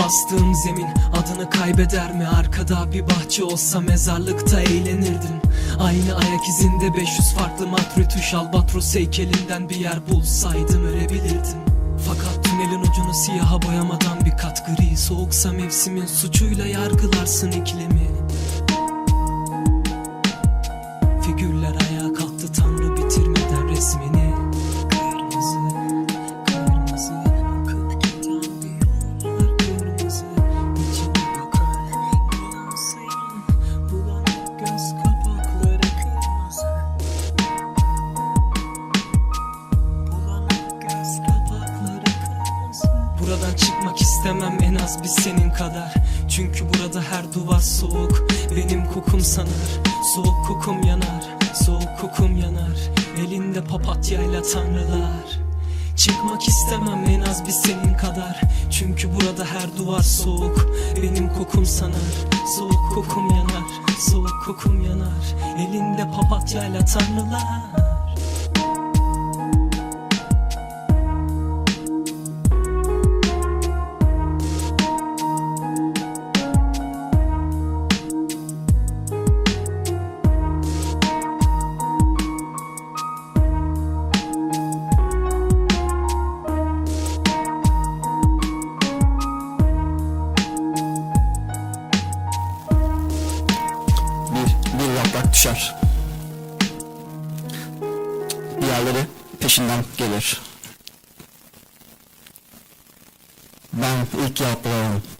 bastığım zemin adını kaybeder mi? Arkada bir bahçe olsa mezarlıkta eğlenirdim. Aynı ayak izinde 500 farklı matrituş albatros heykelinden bir yer bulsaydım ölebilirdim. Fakat tünelin ucunu siyaha boyamadan bir kat gri, soğuksa mevsimin suçuyla yargılarsın iklimi. Figürler ayağa kalktı Tanrı bitirmeden resmini. Kırmızı, kırmızı akıp giden bir yollar kırmızı. İçine bakan yansıyan bulanık göz kapakları kırmızı. Bulanık göz kapakları kırmızı. Buradan çıkmak istemem en az bir senin kadar. Çünkü burada her duvar soğuk, benim kokum sanar. Soğuk kokum yanar, soğuk kokum yanar. Elinde papatyayla tanrılar. Çıkmak istemem en az bir senin kadar. Çünkü burada her duvar soğuk, benim kokum sanar. Soğuk kokum yanar, soğuk kokum yanar. Elinde papatyayla tanrılar. Bir yaprak düşer, diğerleri peşinden gelir. Ben ilk yaprağım.